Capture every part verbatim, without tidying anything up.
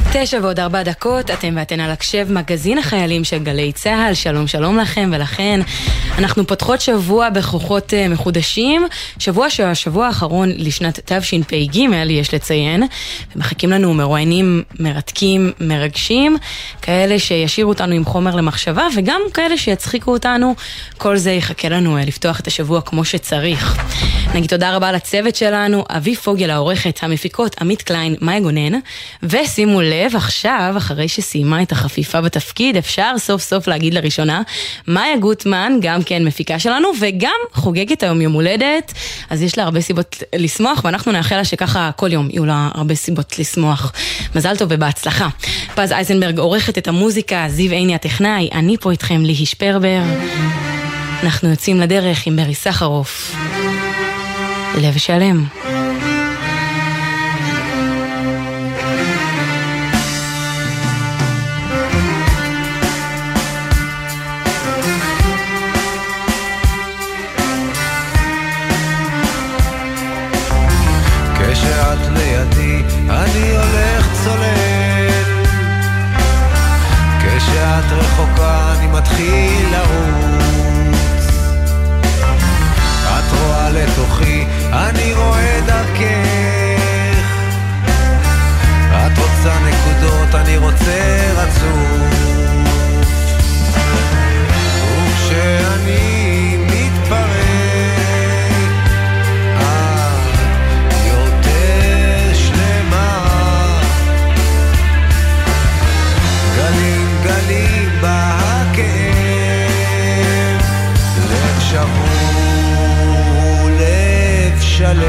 תשע ועוד ארבע דקות, אתם ואתן על הקשב, מגזין החיילים של גלי צהל. שלום שלום לכם, ולכן אנחנו פותחות שבוע בכוחות מחודשים, שבוע שהשבוע האחרון לשנת תשפ"ג יש לציין, ומחכים לנו מרואיינים מרתקים, מרגשים, כאלה שישירו אותנו עם חומר למחשבה, וגם כאלה שיצחיקו אותנו. כל זה יחכה לנו לפתוח את השבוע כמו שצריך. נגיד תודה רבה לצוות שלנו, אבי פוגל העורכת, המפיקות עמית קליין, מאי גונן, ושימו לב, עכשיו, אחרי שסיימה את החפיפה בתפקיד, אפשר סוף סוף להגיד לראשונה, מאיה גוטמן, גם כן מפיקה שלנו, וגם חוגגת היום יום הולדת, אז יש לה הרבה סיבות לשמוח, ואנחנו נאחל לה שככה כל יום יהיו לה הרבה סיבות לשמוח. מזל טוב ובהצלחה. פז אייזנברג עורכת את המוזיקה, זיו עיני הטכנאי, אני פה איתכם ליהי שפרבר. אנחנו יוצאים לדרך עם ברי סחרוף. לב שלם. כשאת לידי אני הולך צולל, כשאת רחוקה אני מתחיל לרוץ, את רואה לתוכי אני רואה דרכך, את רוצה נקודות אני רוצה רצוף, וכשאני מתפרק שלם,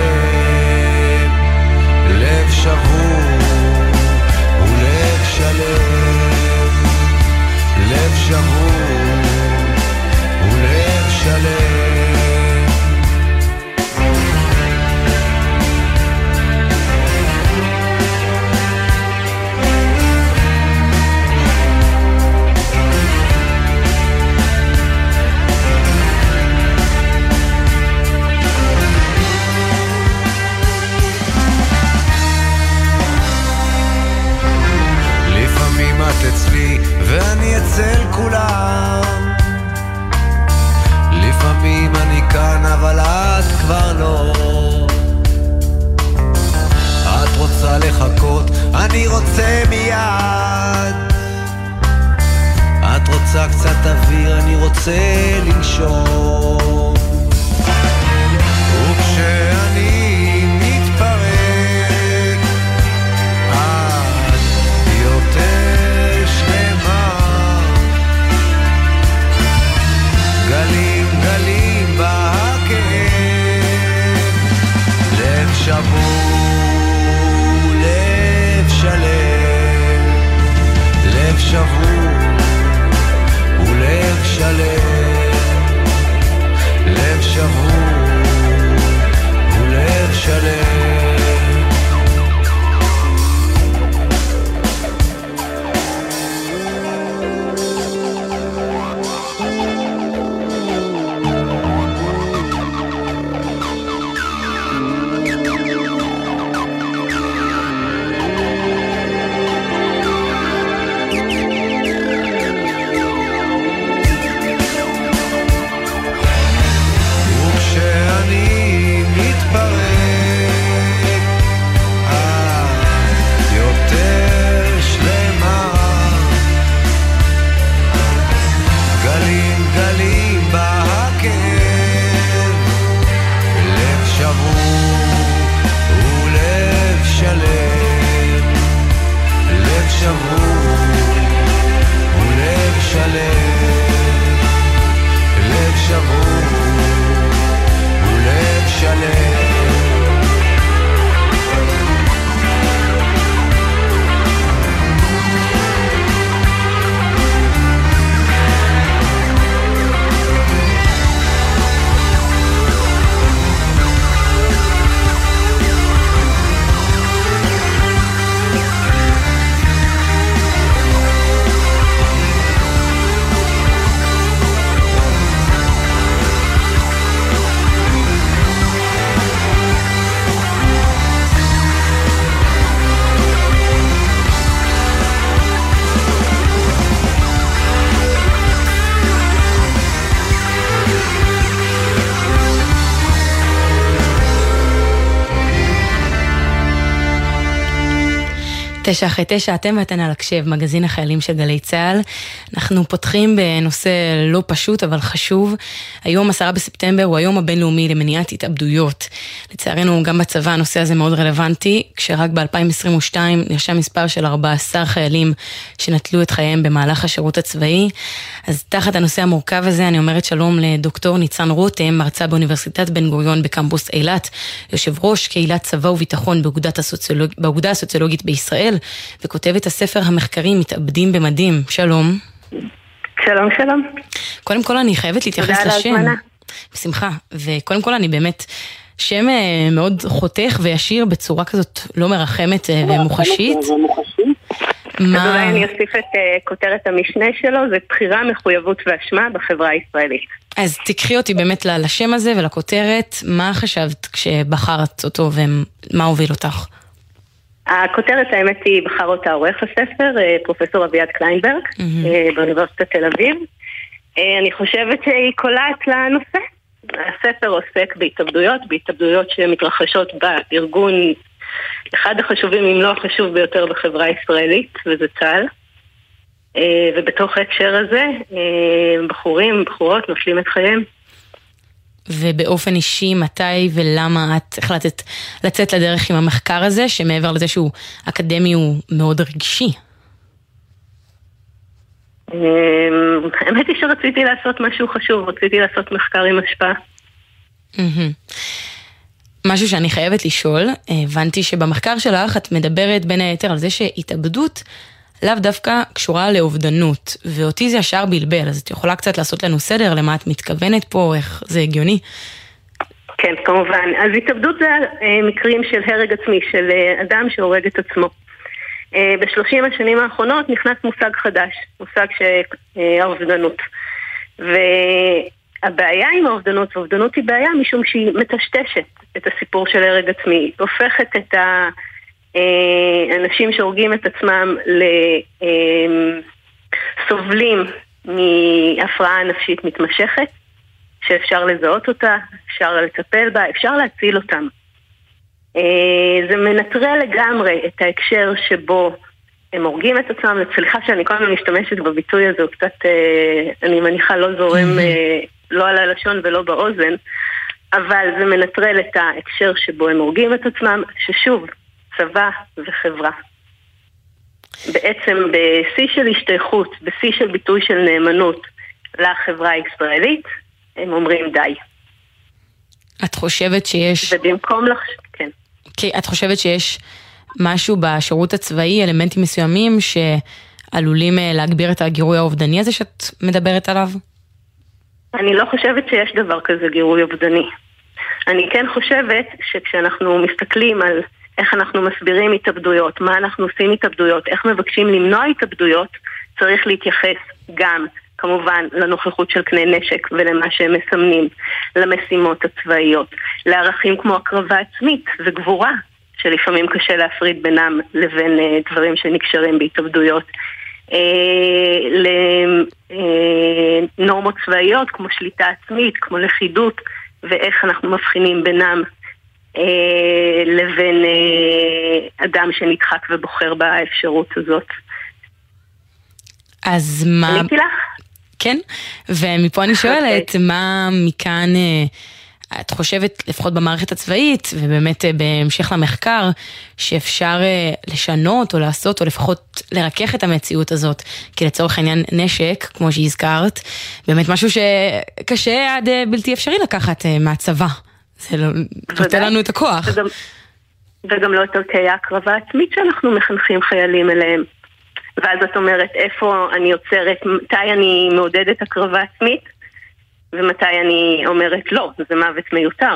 לב שבור ולב שלם, לב שבור ולב שלם. את אצלי ואני אצל כולם, לפעמים אני כאן אבל את כבר לא, את רוצה לחכות אני רוצה מיד, את רוצה קצת אוויר אני רוצה לנשום, וכשאני שבור לב שלם, לב שבור ולב שלם, תשע אחרי תשע, אתם ואתן על הקשב, מגזין החיילים של גלי צהל. אנחנו פותחים בנושא לא פשוט אבל חשוב. היום עשרה בספטמבר הוא היום הבינלאומי למניעת התאבדויות. לצערנו גם בצבא הנושא הזה מאוד רלוונטי, כשרק ב-אלפיים עשרים ושתיים נרשם מספר של ארבעה עשר חיילים שנטלו את חייהם במהלך השירות הצבאי. אז תחת הנושא המורכב הזה אני אומרת שלום לדוקטור ניצן רותם, מרצה באוניברסיטת בן גוריון בקמפוס אילת, יושב ראש קהילת צבא וביטחון באגודת הסוציולוג... באגודה הסוציולוגית בישראל, וכותב את הספר המחקרי מתאבדים במדים. שלום. שלום, שלום. קודם כל אני חייבת להתייחס לשם. תודה על הזמנה. בשמחה. וקודם כל אני באמת, שם מאוד חותך וישיר בצורה כזאת לא מרחמת ומוחשית. מה... אולי אני אוסיף את כותרת המשנה שלו, זה בחירה, מחויבות ואשמה בחברה הישראלית. אז תקחי אותי באמת לשם הזה ולכותרת. מה חשבת כשבחרת אותו ומה הוביל אותך? הכותרת האמת היא בחר אותה עורך הספר, פרופסור אביעד קליינברג, mm-hmm. באוניברסיטת תל אביב. אני חושבת שהיא קולעת לנושא. הספר עוסק בהתאבדויות, בהתאבדויות שמתרחשות בארגון אחד החשובים, אם לא החשוב ביותר בחברה הישראלית, וזה צה"ל. ובתוך ההקשר הזה, בחורים, בחורות, נוטלים את חייהם. ובאופן אישי, מתי ולמה את החלטת לצאת לדרך עם המחקר הזה, שמעבר לזה שהוא אקדמי הוא מאוד רגשי? האמת היא שרציתי לעשות משהו חשוב, רציתי לעשות מחקר עם השפעה. משהו שאני חייבת לשאול, הבנתי שבמחקר שלך את מדברת בין היתר על זה שהתאבדות לאו דווקא קשורה לאובדנות, ואותי זה ישר בלבל, אז את יכולה קצת לעשות לנו סדר למה את מתכוונת פה, איך זה הגיוני? כן, כמובן. אז התאבדות זה מקרים של הרג עצמי, של אדם שהורג את עצמו. בשלושים השנים האחרונות נכנס מושג חדש, מושג שהאובדנות. והבעיה עם האובדנות, ואובדנות היא בעיה משום שהיא מטשטשת את הסיפור של הרג עצמי, היא הופכת את ה... אנשים שהורגים את עצמם לסובלים מהפרעה נפשית מתמשכת, שאפשר לזהות אותה, אפשר לטפל בה, אפשר להציל אותם. זה מנטרל לגמרי את ההקשר שבו הם הורגים את עצמם. סליחה שאני כל הזמן משתמשת בביטוי הזה, הוא קצת, אני מניחה, לא זורם, לא על הלשון ולא באוזן, אבל זה מנטרל את ההקשר שבו הם הורגים את עצמם, ששוב, צבא וחברה. בעצם בשיא של השתייכות, בשיא של ביטוי של נאמנות לחברה הישראלית, הם אומרים די. את חושבת שיש... ובמקום לך... כן. כי את חושבת שיש משהו בשירות הצבאי, אלמנטים מסוימים שעלולים להגביר את הגירוי האובדני הזה שאת מדברת עליו? אני לא חושבת שיש דבר כזה גירוי אובדני. אני כן חושבת שכשאנחנו מסתכלים על איך אנחנו מסבירים התאבדויות, מה אנחנו עושים התאבדויות, איך מבקשים למנוע התאבדויות, צריך להתייחס גם, כמובן, לנוכחות של כלי נשק ולמה שהם מסמנים, למשימות הצבאיות, לערכים כמו הקרבה עצמית וגבורה, שלפעמים קשה להפריד בינם לבין uh, דברים שנקשרים בהתאבדויות, uh, לנורמות צבאיות כמו שליטה עצמית, כמו לכידות, ואיך אנחנו מבחינים בינם לבין אדם שנדחק ובוחר באפשרות הזאת. אז מה... עליתי לך? כן, ומפה אני שואלת, מה מכאן את חושבת, לפחות במערכת הצבאית, ובאמת בהמשך למחקר, שאפשר לשנות או לעשות, או לפחות לרכך את המציאות הזאת, כי לצורך העניין נשק, כמו שהזכרת, באמת משהו שקשה עד בלתי אפשרי לקחת מהצבא. זה לא... נותן לנו את הכוח. וגם, וגם לא את ערכי ההקרבה העצמית שאנחנו מחנכים חיילים אליהם. ואז את אומרת, איפה אני יוצרת, מתי אני מעודדת הקרבה עצמית, ומתי אני אומרת, לא, זה מוות מיותר.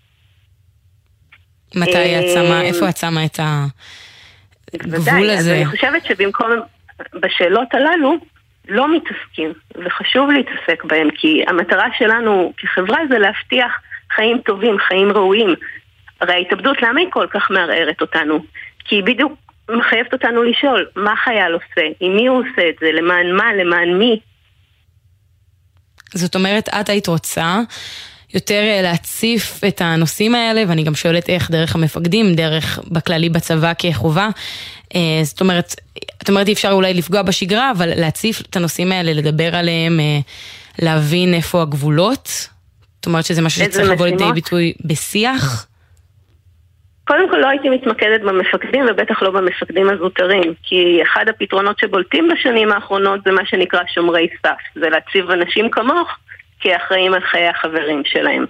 מתי את שמה, איפה את שמה את הגבול הזה? אז אני חושבת שבמקום, בשאלות הללו, לא מתעסקים, וחשוב להתעסק בהם, כי המטרה שלנו כחברה זה להבטיח חיים טובים, חיים ראויים. הרי ההתאבדות, למה היא כל כך מערערת אותנו? כי היא בדיוק מחייבת אותנו לשאול, מה חייל עושה? עם מי הוא עושה את זה? למען מה? למען מי? זאת אומרת, את היית רוצה יותר להציף את הנושאים האלה, ואני גם שואלת איך דרך המפקדים, דרך בכללי בצבא כחובה. זאת אומרת, את אומרת אי אפשר אולי לפגוע בשגרה, אבל להציף את הנושאים האלה, לדבר עליהם, להבין איפה הגבולות. זאת אומרת שזה משהו שצריך לבוא לידי ביטוי בשיח. קודם כל לא הייתי מתמקדת במפקדים, ובטח לא במפקדים הזוטרים, כי אחד הפתרונות שבולטים בשנים האחרונות זה מה שנקרא שומרי סף, זה להציב אנשים כמוך כאחראים על חיי החברים שלהם.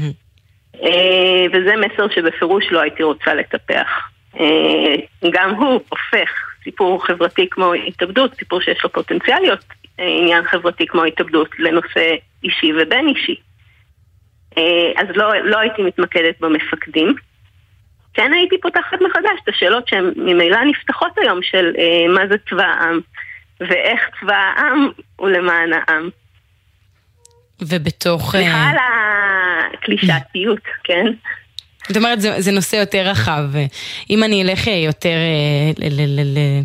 וזה מסר שבפירוש לא הייתי רוצה לטפח. גם הוא הופך סיפור חברתי כמו התאבדות, סיפור שיש לו פוטנציאליות, עניין חברתי כמו התאבדות לנושא אישי ובין אישי. אז לא, לא הייתי מתמקדת במפקדים. כן הייתי פותחת מחדש את השאלות שהן ממילא נפתחות היום של אה, מה זה צבא העם ואיך צבא העם הוא למען העם. ובתוך... סליחה על הקלישאתיות, כן? זאת אומרת, זה, זה נושא יותר רחב. אם אני אלך יותר ל, ל, ל, ל,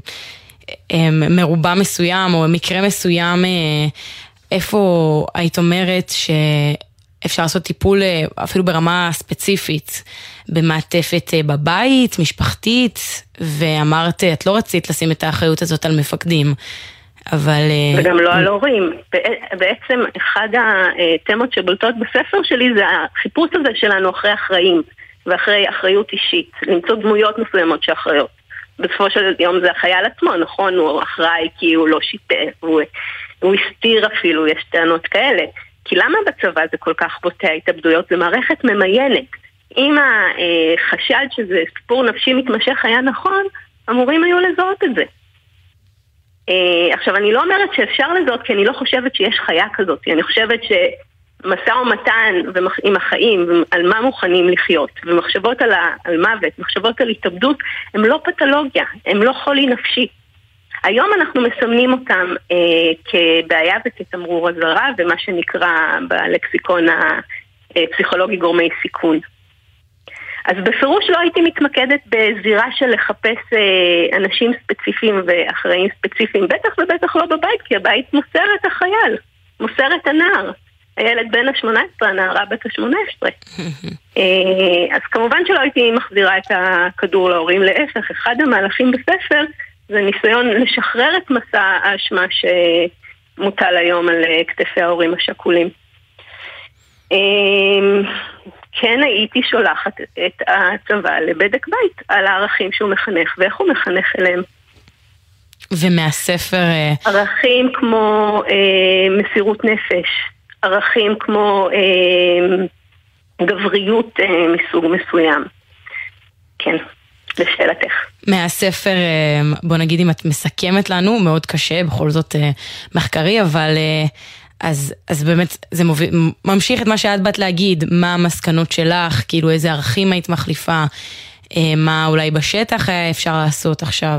מרובע מסוים או מקרה מסוים, איפה היית אומרת ש... אפשר לעשות טיפול אפילו ברמה ספציפית, במעטפת בבית, משפחתית, ואמרת, את לא רצית לשים את האחריות הזאת על מפקדים, אבל... וגם לא על הורים. בעצם אחד התמות שבולטות בספר שלי זה החיפוש הזה שלנו אחרי אחראים, ואחרי אחריות אישית, למצוא דמויות מסוימות שאחריות. בסופו של יום זה החייל עצמו, נכון? הוא אחראי כי הוא לא שיתף, הוא, הוא הסתיר אפילו, יש טענות כאלה. כי למה בצבא זה כל כך בוטה התאבדויות? זה מערכת ממיינת. אם החשד שזה סיפור נפשי מתמשך היה נכון, אמורים היו לזהות את זה. עכשיו, אני לא אומרת שאפשר לזהות, כי אני לא חושבת שיש חיה כזאת. אני חושבת שמשא ומתן עם החיים, על מה מוכנים לחיות, ומחשבות על, על מוות, מחשבות על התאבדות, הם לא פתולוגיה, הם לא חולי נפשי. היום אנחנו מסמנים אותם אה, כבעיה וכתמרור אזהרה, ומה שנקרא בלקסיקון הפסיכולוגי גורמי סיכון. אז בפירוש לא הייתי מתמקדת בזירה של לחפש אה, אנשים ספציפיים ואחראים ספציפיים, בטח ובטח לא בבית, כי הבית מוסר את החייל, מוסר את הנער, הילד בן ה-שמונה עשרה, הנערה בת ה-שמונה עשרה. אה, אז כמובן שלא הייתי מחזירה את הכדור להורים, להפך, אחד המהלכים בספר, זה ניסיון לשחרר את מסע האשמה שמוטל היום על כתפי ההורים השכולים. כן הייתי שולחת את הצבא לבדק בית על הערכים שהוא מחנך ואיך הוא מחנך אליהם. ומהספר... ערכים כמו מסירות נפש, ערכים כמו גבריות מסוג מסוים. כן. לשאלתך. מהספר, בוא נגיד אם את מסכמת לנו, מאוד קשה, בכל זאת מחקרי, אבל אז, אז באמת זה מוביל, ממשיך את מה שאת באת להגיד, מה המסקנות שלך, כאילו איזה ערכים היית מחליפה, מה אולי בשטח אפשר לעשות עכשיו?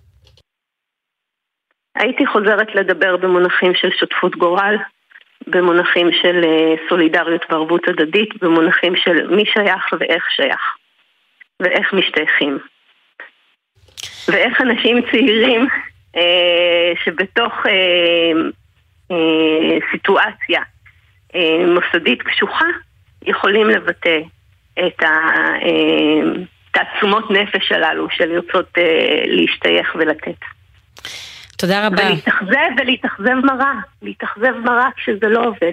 הייתי חוזרת לדבר במונחים של שותפות גורל, במונחים של סולידריות וערבות הדדית, במונחים של מי שייך ואיך שייך. ואיך משתייכים. ואיך אנשים צעירים אה, שבתוך אה, אה, סיטואציה אה, מוסדית קשוחה יכולים לבטא את התעצומות נפש הללו של לרצות אה, להשתייך ולתת. תודה רבה. ולהתאכזב ולהתאכזב מראה. להתאכזב מראה כשזה לא עובד.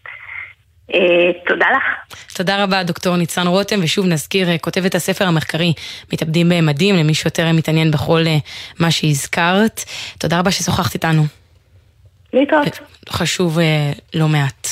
תודה לך. תודה רבה דוקטור ניצן רותם, ושוב נזכיר, כותבת הספר המחקרי מתאבדים במדים, למי שיותר מתעניין בכל מה שהזכרת. תודה רבה ששוחחת איתנו. להתראות. חשוב לא מעט.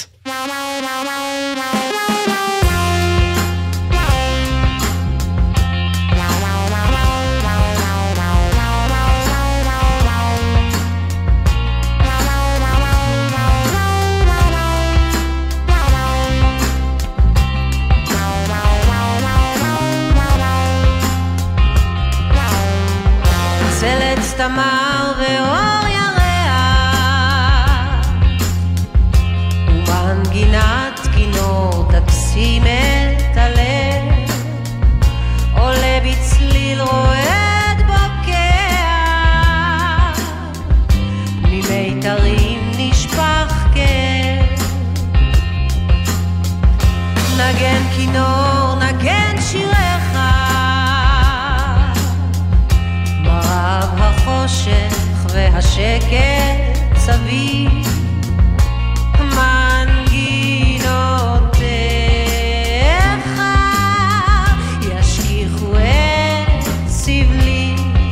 תמר ואור ירח ומנגינת כינור תקסים את הלב עולה בצליל רועד בוקע ממיתרים נשפך כאב החושך והשקט סביב מנגינותיך ישכיחו את סבלי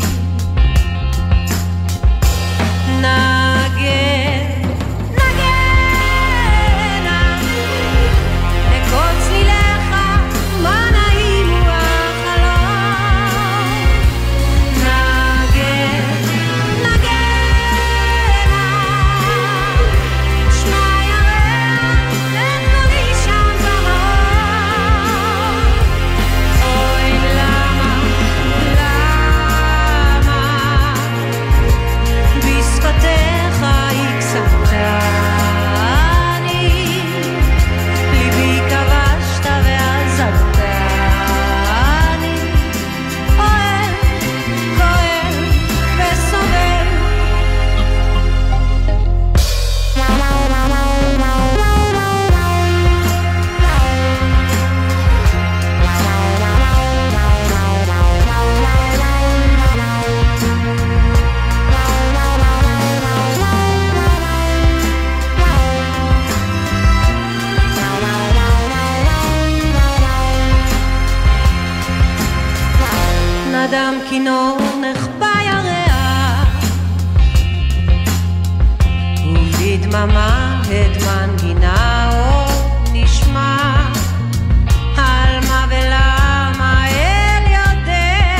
נגן נגן לקוץ לי לך מה נעים הוא החלום נגן נגן שמע ירח את קולי שם במאור אוי למה למה בשפתיך הקסמתני ליבי כבשת ועזבתני אוהב, כואב וסובל נדם כינור נחבא ירח ובדממה את מנגינה עוד נשמע על מה ולמה אל יודע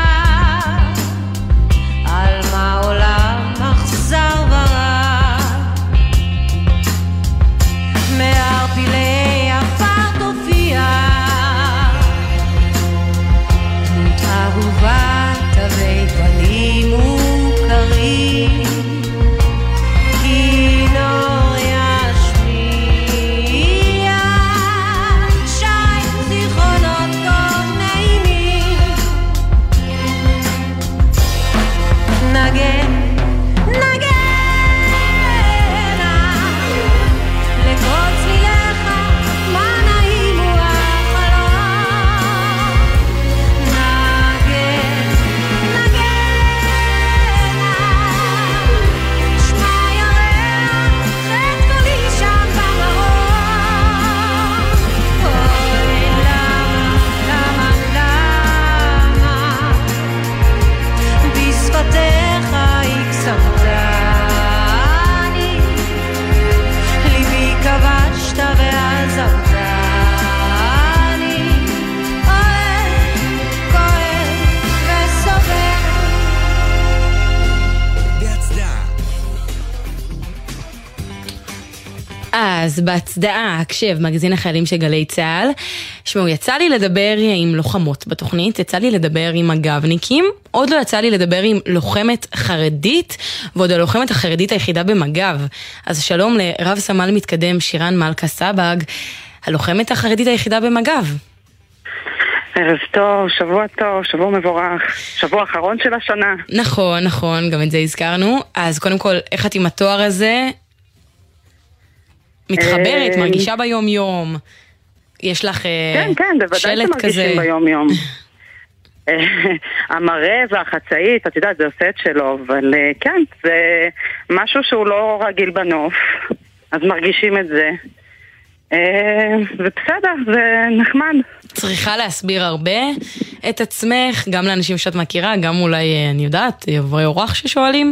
על מה עולם אכזר ורע מערפילי עפר תופיע דמות אהובה תווי פנים מוכרים כינור ישמיע שי זיכרונות טוב נעימים נגן נגן לקוץ לי לך מה נעים הוא החלום נגן נגן שמע ירח את קולי שם במאור אוי למה למה למה בשפתיך הקסמתני ליבי כבשת ועזבתני אוהב, כואב וסובל בהצדעה. אז בהצדעה, הקשב, מגזין החיילים של גלי צה"ל. שמעו, יצא לי לדבר עם לוחמות בתוכנית, יצא לי לדבר עם מג"בניקים, עוד לא יצא לי לדבר עם לוחמת חרדית, ועוד הלוחמת החרדית היחידה במג"ב. אז שלום לרב סמל מתקדם שירן מלכה סבג, הלוחמת החרדית היחידה במג"ב. ערב טוב, שבוע טוב, שבוע מבורך, שבוע אחרון של השנה. נכון, נכון, גם את זה הזכרנו. אז קודם כל, איך את עם התואר הזה? מתחברת, אה, מרגישה ביום יום. יש לך אה, כן, כן, בוודאי שלט כזה. שמרגישים ביום יום. אה, המראה והחצאית, את יודעת, זה עושה את שלו, אבל אה, כן, זה משהו שהוא לא רגיל בנוף, אז מרגישים את זה. אה, ובסדר, זה נחמד. צריכה להסביר הרבה את עצמך, גם לאנשים שאת מכירה, גם אולי, אה, אני יודעת, עוברי אורח ששואלים.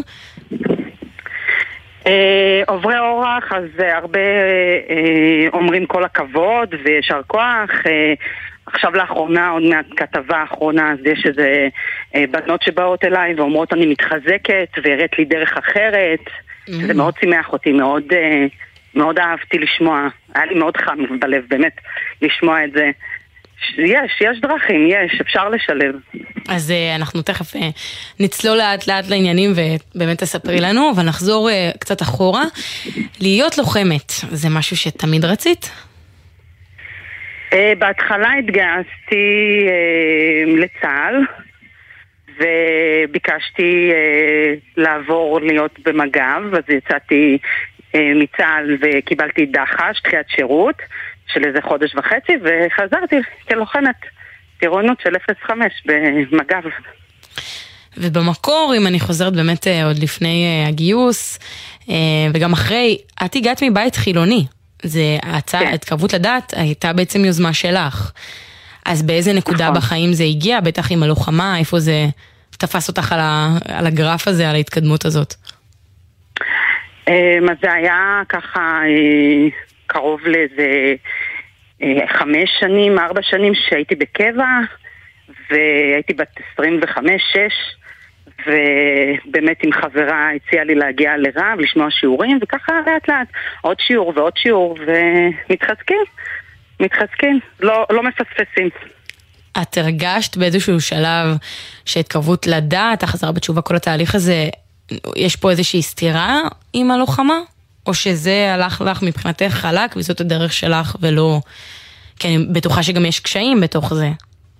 אה, עוברי אורח, אז אה, הרבה אה, אומרים כל הכבוד וישר כוח. אה, עכשיו לאחרונה, עוד מעט כתבה האחרונה, אז יש איזה אה, בנות שבאות אליי ואומרות אני מתחזקת והראית לי דרך אחרת. Mm-hmm. זה מאוד שימח אותי, מאוד, אה, מאוד אהבתי לשמוע. היה לי מאוד חם בלב, באמת, לשמוע את זה. יש, יש דרכים, יש, אפשר לשלב. אז uh, אנחנו תכף uh, נצלול לאט לאט לעניינים ובאמת תספרי לנו, אבל נחזור uh, קצת אחורה. להיות לוחמת, זה משהו שתמיד רצית? Uh, בהתחלה התגייסתי uh, לצה"ל, וביקשתי uh, לעבור להיות במג"ב, אז יצאתי uh, מצה"ל וקיבלתי דח"ש, דחיית שירות, של איזה חודש וחצי, וחזרתי כלוחמת טירונות של אפס חמש במג"ב. ובמקור, אם אני חוזרת באמת עוד לפני הגיוס, וגם אחרי, את הגעת מבית חילוני. זה ההצעה, כן. התקרבות לדת, הייתה בעצם יוזמה שלך. אז באיזה נקודה נכון. בחיים זה הגיע? בטח עם הלוחמה, איפה זה תפס אותך על, ה, על הגרף הזה, על ההתקדמות הזאת? אז זה היה ככה קרוב לאיזה חמש שנים, ארבע שנים שהייתי בקבע, והייתי בת עשרים וחמש שש, ובאמת עם חברה הציעה לי להגיע לרב, לשמוע שיעורים, וככה לאט לאט, עוד שיעור ועוד שיעור, ומתחזקים, מתחזקים, לא, לא מפספסים. את הרגשת באיזשהו שלב שהתקרבות לדעת, החזרה בתשובה, כל התהליך הזה, יש פה איזושהי סתירה עם הלוחמה? או שזה הלך לך מבחינתך חלק, וזאת הדרך שלך ולא... כי אני בטוחה שגם יש קשיים בתוך זה.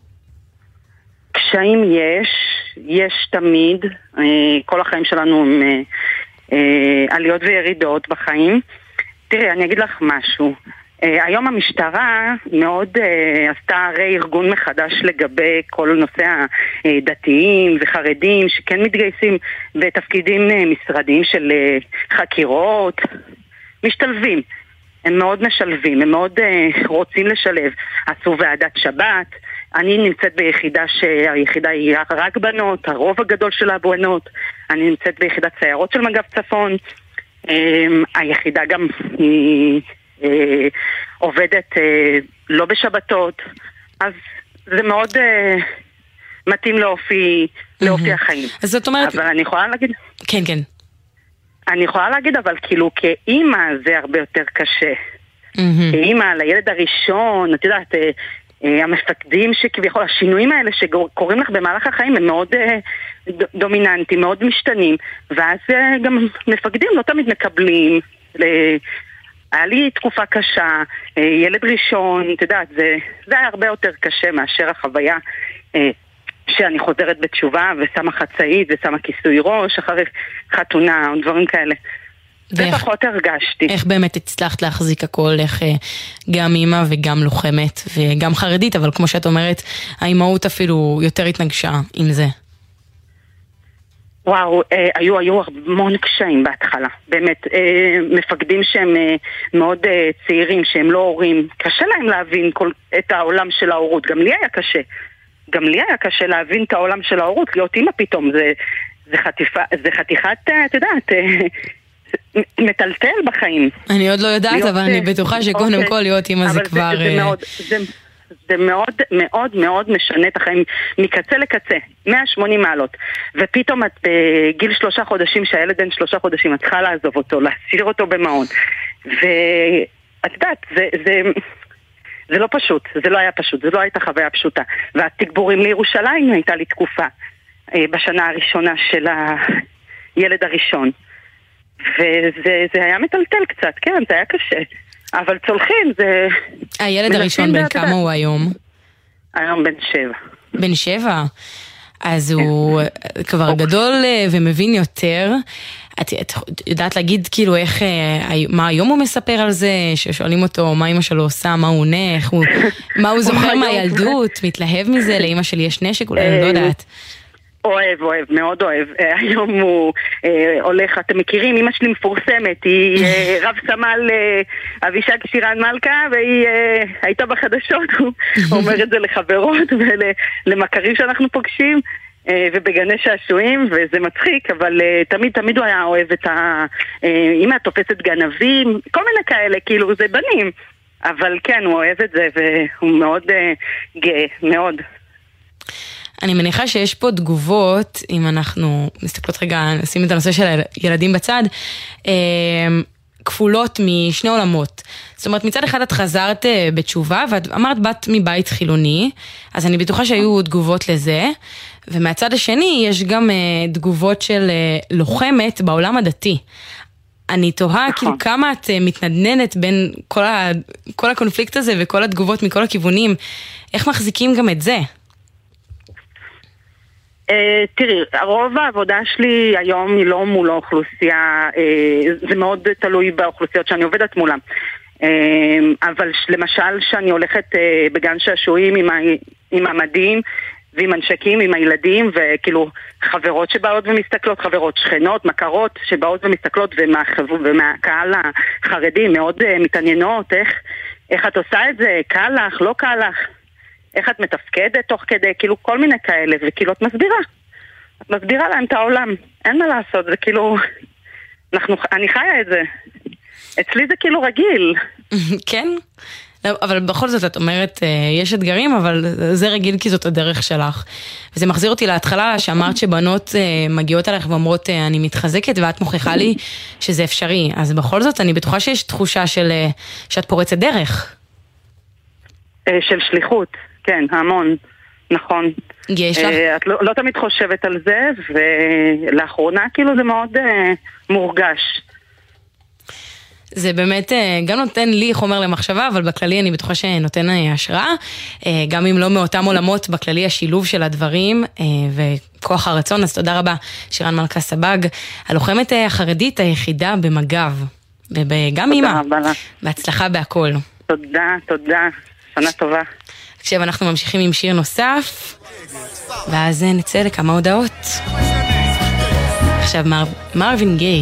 קשיים יש, יש תמיד, כל החיים שלנו הם עליות וירידות בחיים. תראי, אני אגיד לך משהו. היום המשטרה מאוד עשתה הרי ארגון מחדש לגבי כל נושא הדתיים וחרדים שכן מתגייסים בתפקידים משרדיים של חקירות, משתלבים. הם מאוד משלבים, הם מאוד רוצים לשלב. עשו ועדת שבת. אני נמצאת ביחידה שהיחידה היא רק בנות, הרוב הגדול של הבנות. אני נמצאת ביחידת סיירות של מג"ב צפון. היחידה גם היא עובדת לא בשבתות, אז זה מאוד מתאים לאופי, לאופי החיים. אז זאת אומרת... אבל אני יכולה להגיד... כן, כן. אני יכולה להגיד, אבל כאילו כאימא זה הרבה יותר קשה. כאימא, לילד הראשון, את יודעת... המפקדים שכביכול, השינויים האלה שקוראים לך במהלך החיים הם מאוד דומיננטיים, מאוד משתנים, ואז גם מפקדים לא תמיד מקבלים. היה לי תקופה קשה, ילד ראשון, אתה יודעת, זה, זה היה הרבה יותר קשה מאשר החוויה שאני חוזרת בתשובה ושמה חצאית ושמה כיסוי ראש אחרי חתונה או דברים כאלה. זה פחות הרגשתי. איך באמת הצלחת להחזיק הכל, איך גם אימא וגם לוחמת וגם חרדית, אבל כמו שאת אומרת, האימהות אפילו יותר התנגשה עם זה. וואו, אה, היו, היו המון קשיים בהתחלה, באמת, אה, מפקדים שהם אה, מאוד אה, צעירים, שהם לא הורים, קשה להם להבין כל, את העולם של ההורות, גם לי היה קשה, גם לי היה קשה להבין את העולם של ההורות, להיות אימא פתאום, זה, זה, חטיפה, זה חתיכת, את יודעת, אה, מטלטל בחיים. אני עוד לא יודעת, אבל אני בטוחה שקודם כל להיות אימא זה כבר... זה מאוד, זה מאוד מאוד מאוד משנה את החיים מקצה לקצה, מאה ושמונים מעלות. ופתאום את בגיל שלושה חודשים, שהילד אין שלושה חודשים, את צריכה לעזוב אותו, להסיר אותו במעון. ואת יודעת, זה... זה זה לא פשוט, זה לא היה פשוט, זה לא הייתה חוויה פשוטה. והתגבורים לירושלים הייתה לי תקופה בשנה הראשונה של הילד הראשון. וזה זה היה מטלטל קצת, כן, זה היה קשה. אבל צולחים, זה... הילד הראשון בן כמה הוא היום? היום בן שבע. בן שבע? אז הוא כבר גדול ומבין יותר. את, את יודעת להגיד כאילו איך, מה היום הוא מספר על זה, ששואלים אותו מה אמא שלו עושה, מה הוא עונה, איך הוא, מה הוא זוכר מהילדות, מתלהב מזה, לאמא שלי יש נשק, אולי אני לא יודעת. אוהב, אוהב, מאוד אוהב. היום הוא אה, הולך, אתם מכירים, אמא שלי מפורסמת, היא אה, רב סמל אה, אבישג שירן מלכה, והיא אה, הייתה בחדשות, הוא אומר את זה לחברות ולמכרים שאנחנו פוגשים, אה, ובגני שעשועים, וזה מצחיק, אבל אה, תמיד, תמיד הוא היה אוהב את ה... אה, אמא תופסת גנבים, כל מיני כאלה, כאילו זה בנים, אבל כן, הוא אוהב את זה, והוא מאוד אה, גאה, מאוד. אני מניחה שיש פה תגובות, אם אנחנו מסתכלות רגע, נשים את הנושא של ילדים בצד, כפולות משני עולמות. זאת אומרת, מצד אחד את חזרת בתשובה, ואת אמרת בת מבית חילוני, אז אני בטוחה שהיו תגובות לזה, ומהצד השני יש גם תגובות של לוחמת בעולם הדתי. אני תוהה כאילו כמה את מתנדננת בין כל, ה, כל הקונפליקט הזה וכל התגובות מכל הכיוונים, איך מחזיקים גם את זה? Uh, תראי, רוב העבודה שלי היום היא לא מול האוכלוסייה, uh, זה מאוד תלוי באוכלוסיות שאני עובדת מולם. Uh, אבל למשל שאני הולכת uh, בגן שעשועים עם, עם המדים, ועם אנשקים, עם הילדים, וכאילו חברות שבאות ומסתכלות, חברות שכנות, מכרות שבאות ומסתכלות, ומהחב... ומהקהל החרדי מאוד uh, מתעניינות, איך, איך את עושה את זה, קל לך, לא קל לך, איך את מתפקדת תוך כדי, כאילו כל מיני כאלה, וכאילו את מסבירה. את מסבירה להם את העולם, אין מה לעשות, זה כאילו, אנחנו, אני חיה את זה. אצלי זה כאילו רגיל. כן? אבל בכל זאת את אומרת, יש אתגרים, אבל זה רגיל כי זאת הדרך שלך. וזה מחזיר אותי להתחלה, שאמרת שבנות מגיעות עליך ואומרות, אני מתחזקת, ואת מוכיחה לי שזה אפשרי. אז בכל זאת, אני בטוחה שיש תחושה של, שאת פורצת דרך. של שליחות, כן, המון, נכון. יש לך? את לא, לא תמיד חושבת על זה, ולאחרונה כאילו זה מאוד מורגש. זה באמת גם נותן לי חומר למחשבה, אבל בכללי אני בטוחה שנותן השראה, גם אם לא מאותם עולמות, בכללי השילוב של הדברים וכוח הרצון. אז תודה רבה שירן מלכה סבג, הלוחמת החרדית היחידה במג"ב, וגם אימא, בהצלחה בהכל. תודה, תודה, שנה טובה. עכשיו אנחנו ממשיכים עם שיר נוסף, ואז נצא לכמה הודעות. עכשיו מר... מרווין גיי,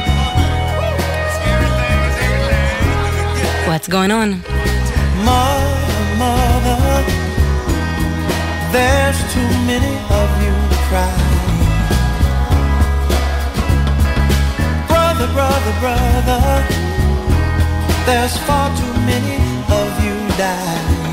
What's going on? Mother, mother, there's too many of you crying. Brother, brother, brother, there's far too many of you dying.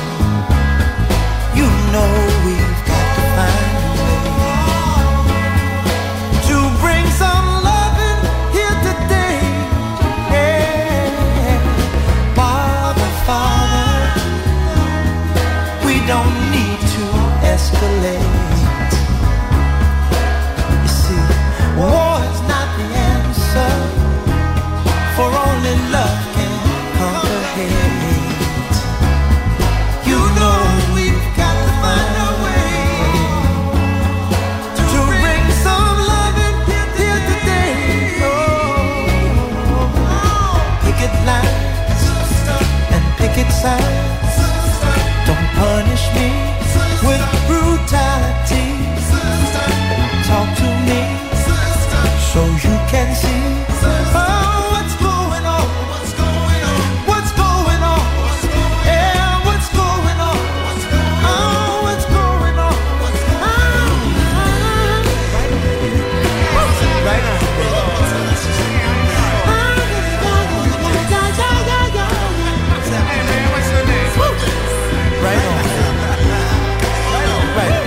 You know we've got to find a way to bring some loving here today. Yeah. Father, Father, we don't need to escalate. You see, war is not the answer, for only love can conquer hate. You know we've got to find a way to bring some loving here today. Oh, picket lines and picket signs, don't punish me with brutality. Talk to me so you can see. Oh, what's going on? What's going on? What's going on? Yeah, what's going on? Oh, what's going on? Right on. Right on. Right on.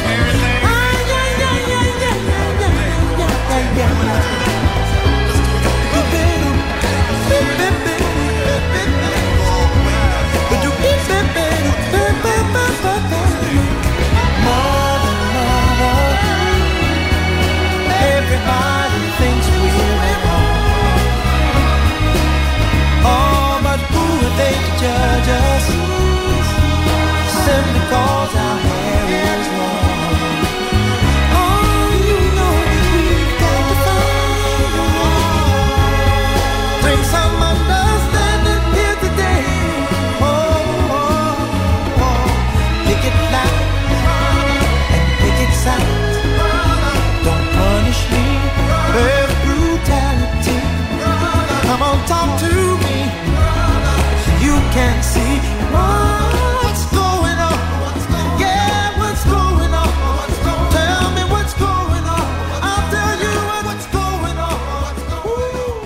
Everybody thinks we're at home. Oh, but who are they to judge us? Simply cause our hair is long. Oh, you know we've got to find a way. Bring some understanding here today. Oh, oh, oh. Pick it loud and pick it sound. Don't punish me with brutality. Come on, talk to me so you can see what's going on. Yeah, what's going on? Tell me what's going on. I'll tell you what's going on. Ooh.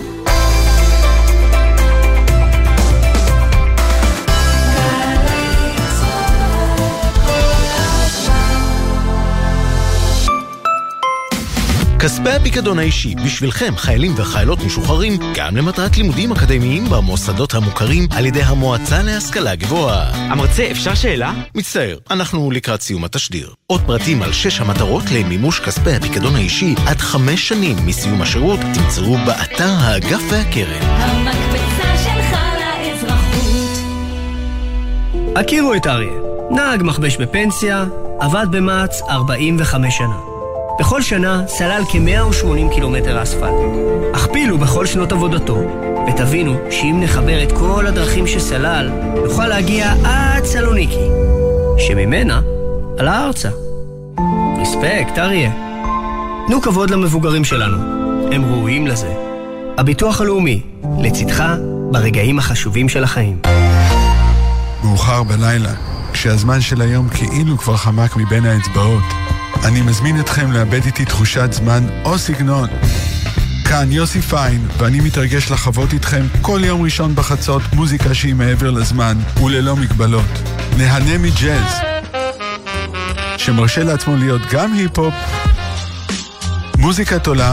כספי הפיקדון האישי, בשבילכם חיילים וחיילות משוחררים, גם למטרת לימודים אקדמיים במוסדות המוכרים על ידי המועצה להשכלה גבוהה. המרצה, אפשר שאלה? מצטער, אנחנו לקראת סיום התשדיר. עוד פרטים על שש המטרות למימוש כספי הפיקדון האישי עד חמש שנים מסיום השירות תמצאו באתר האגף והקרן. המקבצה שלך לאזרחות. הכירו את אריה, נהג מכבש בפנסיה, עבד במעץ ארבעים וחמש שנה. בכל שנה סלל כ-מאה ושמונים קילומטר אספלט. הכפילו בכל שנות עבודתו, ותבינו שאם נחבר את כל הדרכים שסלל, נוכל להגיע עד סלוניקי, שממנה עלה ארצה. רספקט, אריה. תנו כבוד למבוגרים שלנו. הם ראויים לזה. הביטוח הלאומי, לצדך ברגעים החשובים של החיים. מאוחר בלילה, כשהזמן של היום כאילו כבר חמק מבין האצבעות. אני מזמין אתכם לאבד איתי תחושת זמן או סגנון. כאן יוסי פיין, ואני מתרגש לחוות איתכם כל יום ראשון בחצות מוזיקה שהיא מעבר לזמן וללא מגבלות. נהנה מג'אז, שמרשה לעצמו להיות גם היפ-הופ, מוזיקת עולם,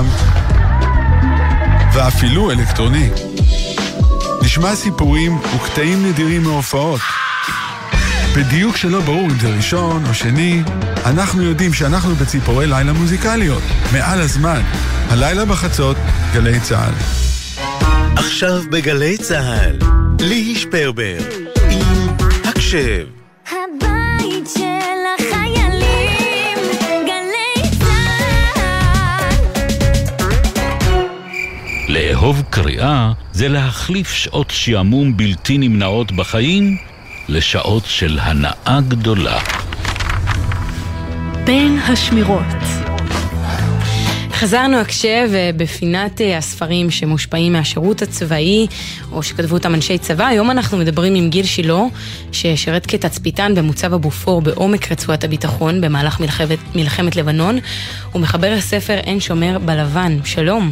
ואפילו אלקטרוני. נשמע סיפורים וקטעים נדירים מהופעות. בדיוק שלא ברור אם זה ראשון או שני, אנחנו יודעים שאנחנו בציפורי לילה מוזיקליות. מעל הזמן. הלילה בחצות, גלי צהל. עכשיו בגלי צהל, ליהי שפרבר, עם הקשב. הבית של החיילים, גלי צהל. לאהוב קריאה זה להחליף שעות שעמום בלתי נמנעות בחיים לשעות של הנאה גדולה. בין השמירות. חזרנו הקשב בפינת הספרים שמושפעים מהשירות הצבאי או שכתבו אותם אנשי צבא. היום אנחנו מדברים עם גיל שילה, ששירת כתצפיתן במוצב הבופור בעומק רצועת הביטחון במהלך מלחמת, מלחמת לבנון. הוא מחבר הספר אין שומר בלבן. שלום.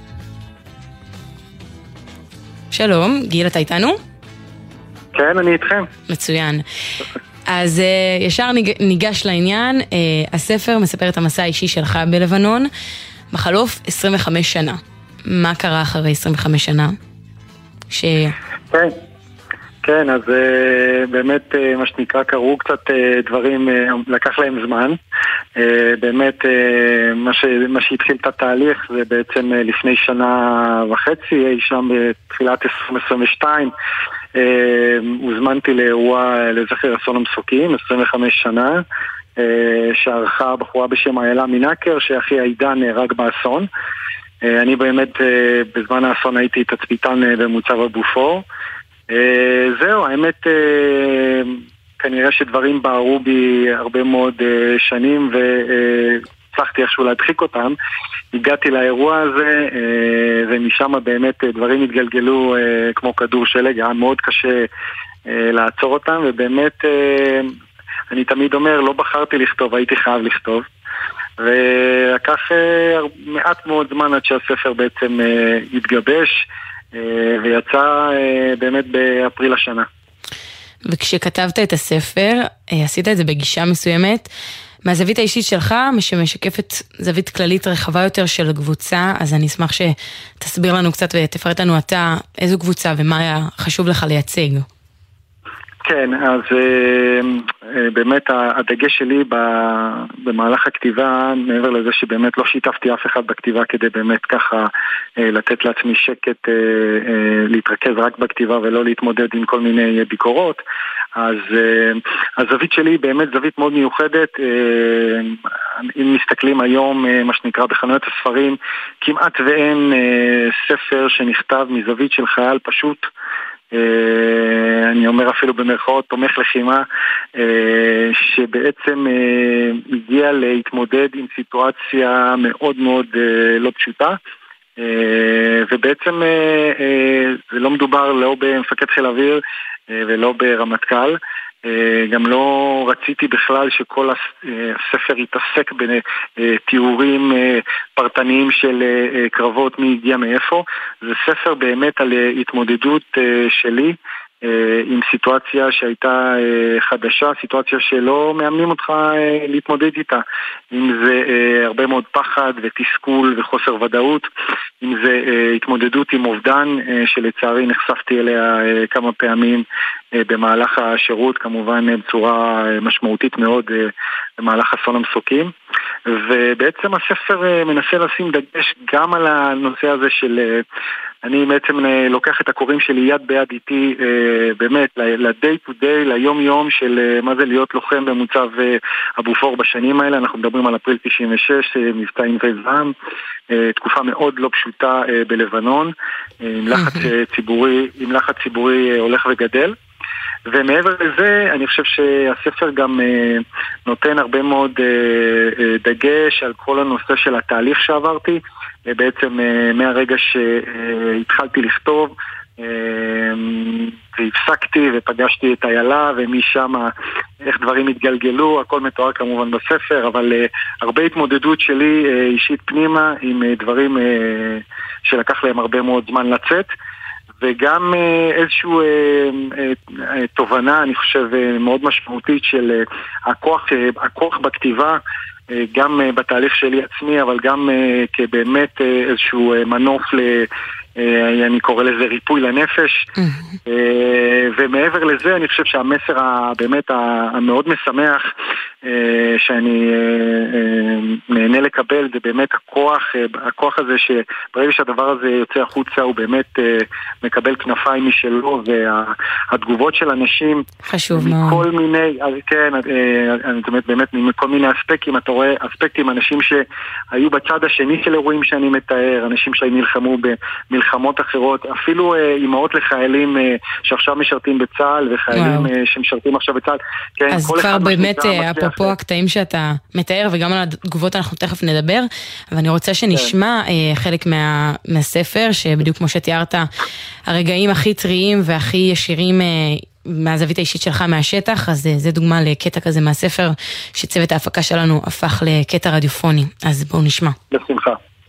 שלום, גיל, אתה איתנו? כן, אני איתכם. מצוין. אז uh, ישר ניג, ניגש לעניין. uh, הספר מספר את המסע האישי שלך בלבנון בחלוף עשרים וחמש שנה. מה קרה אחרי עשרים וחמש שנה? ש... כן, כן, אז uh, באמת uh, מה שנקרא קרו קצת uh, דברים, uh, לקח להם זמן. uh, באמת uh, מה, ש, מה שהתחיל את התהליך זה בעצם uh, לפני שנה וחצי, אי שם בתחילת עשרים עשרים ושתיים, הוזמנתי לאירוע לזכר אסון המסוקים, עשרים וחמש שנה, שערכה בחורה בשם איילה מנקר, שאחי עידן נהרג באסון. אני באמת בזמן האסון הייתי תצפיתן במוצב הבופור. זהו, האמת כנראה שדברים בערו בי הרבה מאוד שנים והצלחתי איכשהו להדחיק אותם. הגעתי לאירוע הזה, ומשם באמת דברים התגלגלו כמו כדור שלג, היה מאוד קשה לעצור אותם, ובאמת אני תמיד אומר, לא בחרתי לכתוב, הייתי חייב לכתוב, ולקח מעט מאוד זמן עד שהספר בעצם התגבש, ויצא באמת באפריל השנה. וכשכתבת את הספר, עשית את זה בגישה מסוימת, מהזווית האישית שלך, שמשקפת זווית כללית רחבה יותר של קבוצה, אז אני אשמח שתסביר לנו קצת ותפרט לנו אתה איזו קבוצה ומה היה חשוב לך לייצג. כן, אז באמת הדגש שלי במהלך הכתיבה, מעבר לזה שבאמת לא שיתפתי אף אחד בכתיבה כדי באמת ככה לתת לעצמי שקט, להתרכז רק בכתיבה ולא להתמודד עם כל מיני ביקורות, אז הזווית שלי באמת זווית מאוד מיוחדת. אם מסתכלים היום מה שנקרא בחנויות הספרים, כמעט ואין ספר שנכתב מזווית של חייל פשוט, אני אומר אפילו במרכאות תומך לחימה, שבעצם הגיע להתמודד עם סיטואציה מאוד מאוד לא פשוטה, ובעצם זה לא מדובר לא במפקד חיל אוויר ולא ברמטכ"ל. גם לא רציתי בכלל שכל הספר יתעסק בתיאורים פרטניים של קרבות, מי הגיע מאיפה. זה ספר באמת על התמודדות שלי עם סיטואציה שהייתה חדשה, סיטואציה שלא מאמנים אותך להתמודד איתה. אם זה הרבה מאוד פחד ותסכול וחוסר ודאות, אם זה התמודדות עם אובדן שלצערי נחשפתי אליה כמה פעמים במהלך השירות, כמובן בצורה משמעותית מאוד במהלך אסון המסוקים. ובעצם הספר מנסה לשים דגש גם על הנושא הזה של, אני בעצם לוקח את הקוראים שלי יד ביד איתי באמת ל-day to day, ליום יום של מה זה להיות לוחם במוצב הבופור בשנים האלה. אנחנו מדברים על אפריל תשעים ושש, מבצע ענבי זעם, תקופה מאוד לא פשוטה בלבנון, עם לחץ ציבורי, עם לחץ ציבורי הולך וגדל. ומעבר לזה, אני חושב שהספר גם נותן הרבה מאוד דגש על כל הנושא של התהליך שעברתי, בעצם מהרגע שהתחלתי לכתוב, והפסקתי ופגשתי את איילה, ומשם איך דברים התגלגלו, הכל מתואר כמובן בספר, אבל הרבה התמודדות שלי אישית פנימה עם דברים שלקח להם הרבה מאוד זמן לצאת, וגם איזשהו תובנה, אני חושב, מאוד משמעותית של הכוח, הכוח בכתיבה, גם בתהליך שלי עצמי, אבל גם כבאמת איזשהו מנוף ל... אני קורא לזה ריפוי לנפש, ומעבר לזה אני חושב שהמסר באמת המאוד משמח שאני נהנה לקבל זה באמת הכוח, הכוח הזה שברגע שהדבר הזה יוצא החוצה הוא באמת מקבל כנפיים משלו, והתגובות של אנשים חשוב מאוד. מכל מיני, כן, באמת באמת מכל מיני אספקטים, אתה רואה אספקטים, אנשים שהיו בצד השני של אירועים שאני מתאר, אנשים שנלחמו במלחמות אחרות, אפילו אימהות לחיילים שעכשיו משרתים בצה"ל וחיילים שמשרתים עכשיו בצה"ל, כן, אז כבר באמת אפרופו הקטעים שאתה מתאר וגם על התגובות אנחנו תכף נדבר, אבל אני רוצה שנשמע חלק מה, מהספר שבדיוק כמו שתיארת הרגעים הכי טריים והכי ישירים מהזווית האישית שלך מהשטח, אז זה דוגמה לקטע כזה מהספר שצוות ההפקה שלנו הפך לקטע רדיופוני, אז בואו נשמע. בשמחה.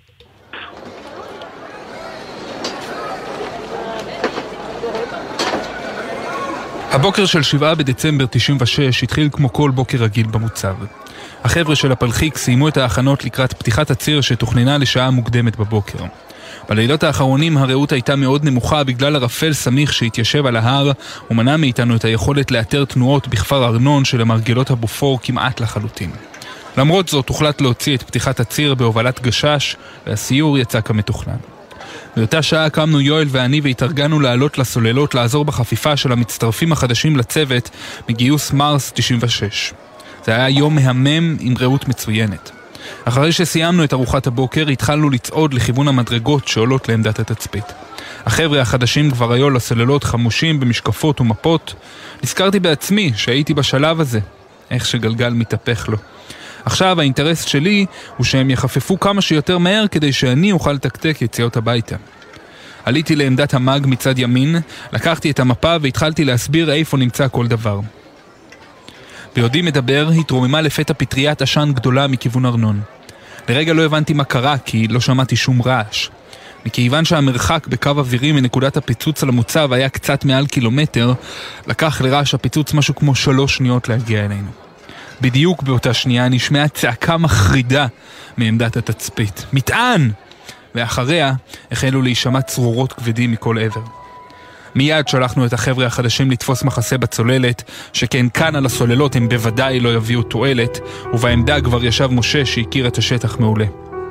הבוקר של שבעה בדצמבר תשעים ושש התחיל כמו כל בוקר רגיל במוצב. החבר'ה של הפלחיק סיימו את ההכנות לקראת פתיחת הציר שתוכננה לשעה מוקדמת בבוקר. בלילות האחרונים הרעות הייתה מאוד נמוכה בגלל הרפל סמיך שהתיישב על ההר ומנע מאיתנו את היכולת לאתר תנועות בכפר ארנון של המרגלות הבופור כמעט לחלוטין. למרות זאת הוחלט להוציא את פתיחת הציר בהובלת גשש והסיור יצא כמתוכנן. באותה שעה קמנו יואל ואני והתארגנו לעלות לסוללות לעזור בחפיפה של המצטרפים החדשים לצוות מגיוס מרס תשעים ושש. זה היה יום מהמם עם ראות מצוינת. אחרי שסיימנו את ארוחת הבוקר התחלנו לצעוד לכיוון המדרגות שעולות לעמדת התצפית. החבר'ה החדשים כבר היו לסוללות חמושים במשקפות ומפות. נזכרתי בעצמי שהייתי בשלב הזה, איך שגלגל מתהפך לו. עכשיו האינטרס שלי הוא שהם יחפפו כמה שיותר מהר כדי שאני אוכל לתקתק יציאות הביתה. עליתי לעמדת המג מצד ימין, לקחתי את המפה והתחלתי להסביר איפה נמצא כל דבר. ביודי מדבר התרוממה לפתע פטריית עשן גדולה מכיוון ארנון. לרגע לא הבנתי מה קרה כי לא שמעתי שום רעש. מכיוון שהמרחק בקו אווירי מנקודת הפיצוץ על המוצב היה קצת מעל קילומטר, לקח לרעש הפיצוץ משהו כמו שלוש שניות להגיע אלינו. בדיוק באותה שנייה נשמעה צעקה מחרידה מעמדת התצפית. מטען! ואחריה החלו להישמע צרורות כבדים מכל עבר. מיד שלחנו את החבר'ה החדשים לתפוס מחסה בצוללת, שכן כאן על הסוללות הם בוודאי לא יביאו תועלת, ובעמדה כבר ישב משה שהכיר את השטח מעולה.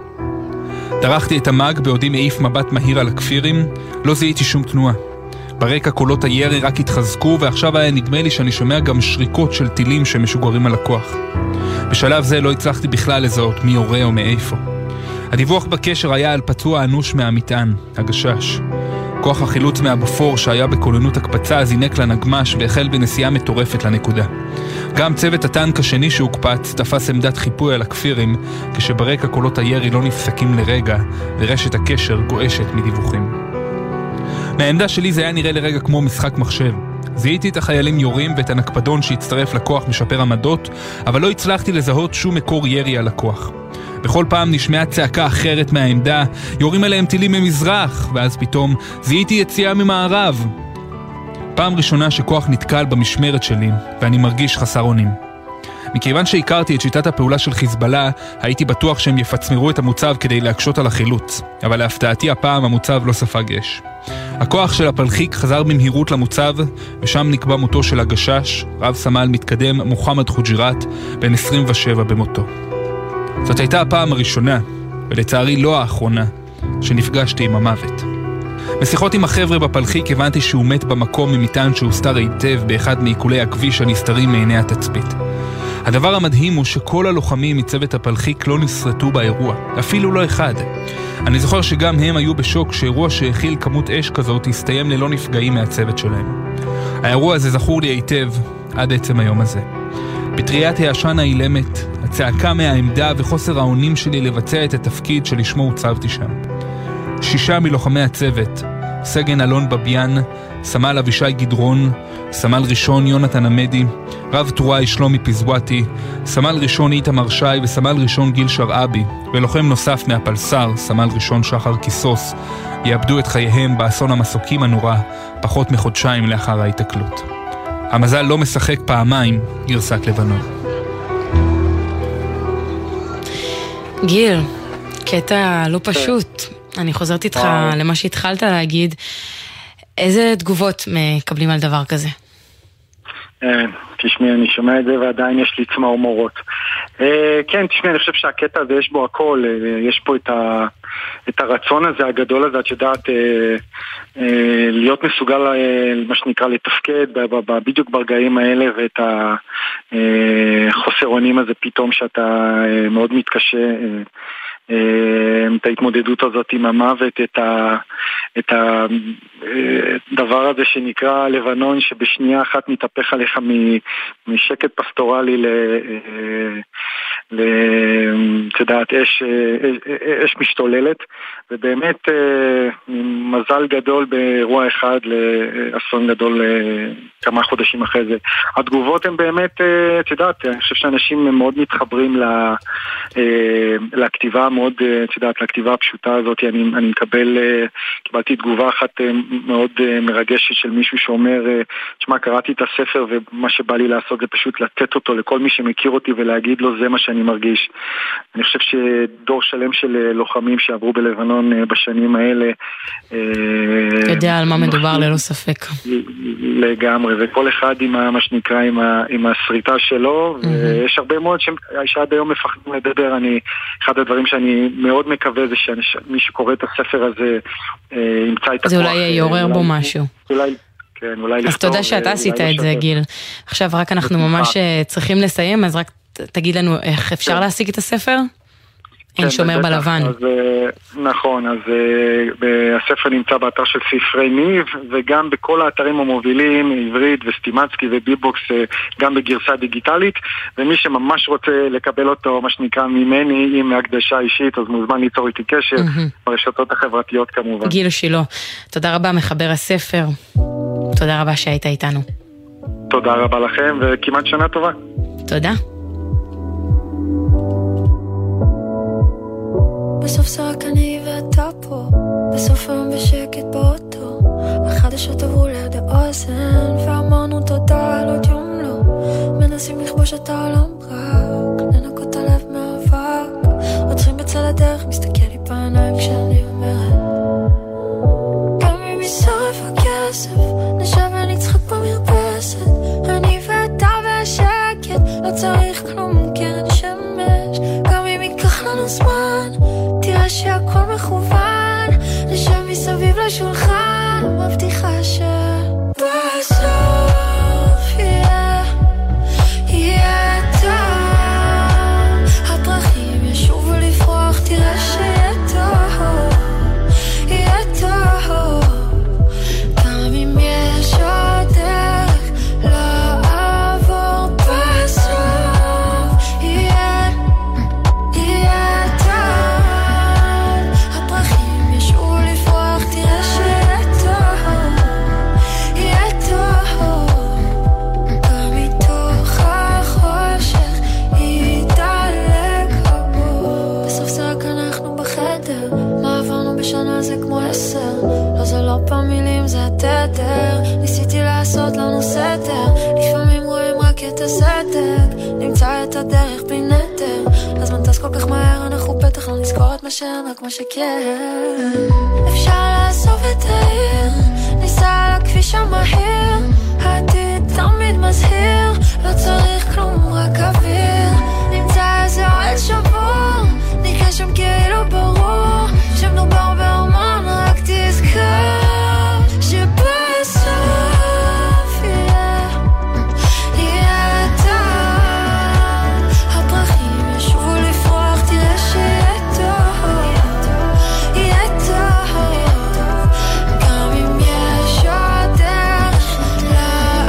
דרכתי את המג בעודי מעיף מבט מהיר על הכפירים, לא זיהיתי שום תנועה. ברקע קולות הירי רק התחזקו, ועכשיו היה נדמה לי שאני שומע גם שריקות של טילים שמשוגרים על הכוח. בשלב זה לא הצלחתי בכלל לזהות מי יורה או מאיפה. הדיווח בקשר היה על פצוע אנוש מהמטען, הגשש. כוח החילוץ מהבופור שהיה בכוננות הקפצה זינק לנגמש והחל בנסיעה מטורפת לנקודה. גם צוות הטנק השני שהוקפץ תפס עמדת חיפוי על הכפירים, כשברקע קולות הירי לא נפסקים לרגע, ורשת הקשר גועשת מדיווחים. מהעמדה שלי זה היה נראה לרגע כמו משחק מחשב. זיהיתי את החיילים יורים ואת הנקפדון שהצטרף לכוח משפר עמדות, אבל לא הצלחתי לזהות שום מקור ירי על הכוח. בכל פעם נשמעה צעקה אחרת מהעמדה, יורים עליהם טילים ממזרח, ואז פתאום זיהיתי יציאה ממערב. פעם ראשונה שכוח נתקל במשמרת שלי, ואני מרגיש חסר אונים. מכיוון שהכרתי את שיטת הפעולה של חיזבאללה, הייתי בטוח שהם יפצמרו את המוצב כדי להקשות על החילוץ, אבל להפתעתי הפעם המוצב לא ספג אש. הכוח של הפלחיק חזר במהירות למוצב, ושם נקבע מותו של הגשש, רב סמל מתקדם מוחמד חוג'ירת, בן עשרים ושבע במותו. זאת הייתה הפעם הראשונה, ולצערי לא האחרונה, שנפגשתי עם המוות. בשיחות עם החבר'ה בפלחיק הבנתי שהוא מת במקום ממטען שהוסתר היטב באחד מעיקולי הכביש הנסתרים מעיני התצפית. הדבר המדהים הוא שכל הלוחמים מצוות הפלחיק לא נסרטו באירוע, אפילו לא אחד. אני זוכר שגם הם היו בשוק שאירוע שהכיל כמות אש כזאת הסתיים ללא נפגעים מהצוות שלהם. האירוע הזה זכור לי היטב עד עצם היום הזה. פטריית העשן האילמת, הצעקה מהעמדה וחוסר האונים שלי לבצע את התפקיד שלשמו הוצבתי שם. שישה מלוחמי הצוות, סגן אלון בביאן, סמל אבישי גדרון, סמל ראשון יונתן עמדי, רב טוראי שלומי פיזואטי, סמל ראשון איתמר שי וסמל ראשון גיל שרעבי, ולוחם נוסף מהפלסר, סמל ראשון שחר כיסוס, יאבדו את חייהם באסון המסוקים הנורא, פחות מחודשיים לאחר ההתקלות. המזל לא משחק פעמיים, גרסת לבנון. גיל, קטע לא פשוט. אני חוזרת איתך למה שהתחלת להגיד. איזה תגובות מקבלים על דבר כזה? תשמעי, אני שומע את זה ועדיין יש לי צמרמורות. כן, תשמעי, אני חושב שהקטע הזה יש בו הכל. יש פה את ה... את הרצון הזה, הגדול הזה, את יודעת, אה, אה, להיות מסוגל, אה, מה שנקרא, לתפקד ב- ב- ב- בדיוק ברגעים האלה, ואת החוסר אונים הזה פתאום שאתה אה, מאוד מתקשה, אה, אה, את ההתמודדות הזאת עם המוות, את ה... את הדבר הזה שנקרא לבנון, שבשנייה אחת מתהפך עליך משקט פסטורלי ל... לתדעת אש, אש משתוללת, ובאמת מזל גדול באירוע אחד לאסון גדול כמה חודשים אחרי זה. התגובות הן באמת, תדעת, אני חושב שאנשים מאוד מתחברים לכתיבה מאוד, תדעת, לכתיבה הפשוטה הזאת. אני, אני מקבל, קיבלתי תגובה אחת מאוד מרגשת של מישהו שאומר, תשמע, קראתי את הספר ומה שבא לי לעשות זה פשוט לתת אותו לכל מי שמכיר אותי ולהגיד לו זה מה שאני מרגיש. אני חושב שדור שלם של לוחמים שעברו בלבנון בשנים האלה יודע על מה מדובר ללא ספק. לגמרי, וכל אחד עם מה שנקרא עם, ה, עם הסריטה שלו, ויש הרבה מאוד שעד היום מפחדים לדבר. אני, אחד הדברים שאני מאוד מקווה זה שמי שקורא את הספר הזה ימצא את הכוח. זה אולי יעורר בו משהו. אולי כן, אולי אז תודה שאתה עשית את זה, גיל. עכשיו רק אנחנו ממש צריכים לסיים, אז רק תגיד לנו איך אפשר להשיג את הספר? אין שומר בלבן. נכון, אז הספר נמצא באתר של ספרי ניב, וגם בכל האתרים המובילים, עברית וסטימצקי וביבוקס, גם בגרסה דיגיטלית, ומי שממש רוצה לקבל אותו, מה שנקרא ממני, עם הקדשה אישית, אז מוזמן ליצור איתי קשר, ברשתות החברתיות כמובן. גיל שילה, תודה רבה, מחבר הספר. תודה רבה שהיית איתנו. תודה רבה לכם, וכמעט שנה טובה. תודה. בסוף זה רק אני ואתה פה, בסוף היום בשקט באוטו, החדשות עברו ליד האוזן ואמרנו תודה על עוד יום לא, מנסים לכבוש את העולם רק לנקות הלב מאבק, עוצרים בצד הדרך, מסתכל לי בעיניים כשאני אומרת גם אם ישרף הכסף נשב ונצחק במרפסת, אני ואתה והשקט לא צריך כלום קרן שמש, גם אם ייקח לנו זמן תראה שהכל מכוון, נשב מסביב לשולחן, מבטיחה שבסוף יהיה, יהיה טוב, הפרחים ישובו לפרוח, תראה שיהיה טוב, יהיה טוב, גם אם יש עוד דרך לעבור, בסוף יהיה, יהיה פעמילים זה התדר, ניסיתי לעשות לנו סתר, לפעמים רואים רק את הסתק, נמצא את הדרך בלי נתר, הזמן טס כל כך מהר, אנחנו בטח לא נזכור את מה שאין, רק מה שכן. אפשר לעזוב את העיר, ניסע על הכביש המהיר, העתיד תמיד מזהיר, לא צריך כלום, רק אוויר, נמצא איזה אוהל שבור, נקרא שם כאילו ברור, שמדובר בהרמון, רק תזכר Love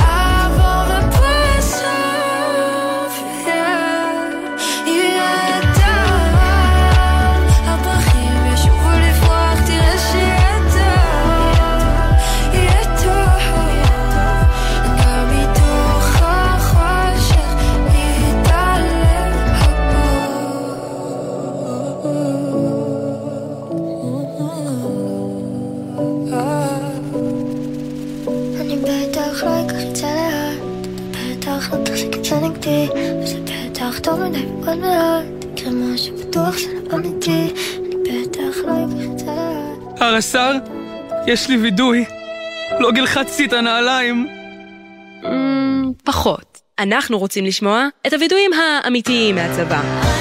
איתי, וזה בטח טוב מדי ועוד מעט יקרה משהו בטוח זה לא אמיתי, אני בטח לא אקח את זה לאט. הרס"ר, יש לי וידוי, לא גלחצתי את הנעליים. פחות. אנחנו רוצים לשמוע את הוידויים האמיתיים מהצבא.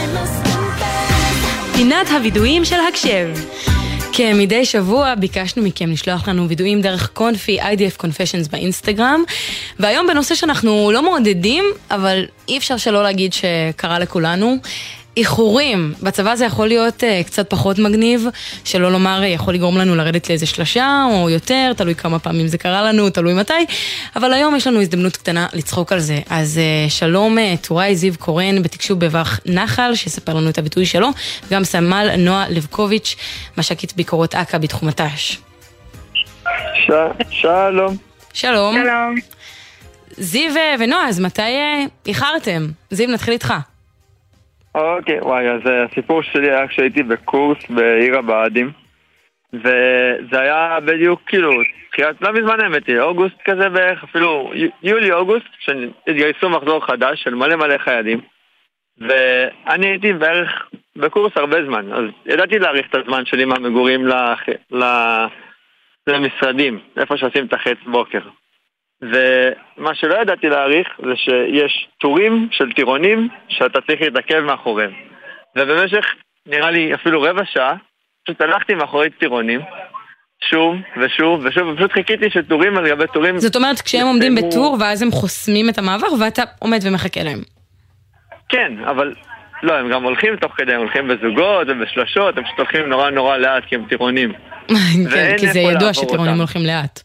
פינת הוידויים של הקשב. כמדי שבוע ביקשנו מכם לשלוח לנו וידויים דרך קונפי, איי די אף Confessions באינסטגרם, והיום בנושא שאנחנו לא מעודדים, אבל אי אפשר שלא להגיד שקרה לכולנו, איחורים. בצבא זה יכול להיות uh, קצת פחות מגניב, שלא לומר יכול לגרום לנו לרדת לאיזה שלושה או יותר, תלוי כמה פעמים זה קרה לנו, תלוי מתי, אבל היום יש לנו הזדמנות קטנה לצחוק על זה. אז uh, שלום uh, טוראי זיו קורן בתקשוב בבח נחל, שספר לנו את הביטוי שלו, גם סמל נועה לבקוביץ', מש"קית ביקורות אכ"א בתחום הת"ש. ש... שלום. שלום. שלום. זיו ונועה, אז מתי uh, איחרתם? זיו, נתחיל איתך. אוקיי, וואי, אז הסיפור שלי היה כשהייתי בקורס בעיר הבה"דים, וזה היה בדיוק כאילו, לא מזמן האמתי, אוגוסט כזה בערך, אפילו יולי-אוגוסט, שהתגייסו מחזור חדש של מלא מלא חיילים, ואני הייתי בערך בקורס הרבה זמן, אז ידעתי להאריך את הזמן שלי מהמגורים לח... למשרדים, איפה שעושים את החץ בוקר. ומה שלא ידעתי להעריך זה שיש טורים של טירונים שאתה צריך להתעכב מאחוריהם, ובמשך נראה לי אפילו רבע שעה פשוט הלכתי מאחורי טירונים שוב ושוב ושוב, ופשוט חיכיתי שטורים על גבי טורים. זאת אומרת כשהם עומדים בטור ואז הם חוסמים את המעבר ואתה עומד ומחכה להם. כן, אבל לא, הם גם הולכים תוך כדי, הם הולכים בזוגות ובשלושות, הם פשוט הולכים נורא נורא לאט כי הם טירונים. כן, כי זה ידוע שטירונים הולכים לאט.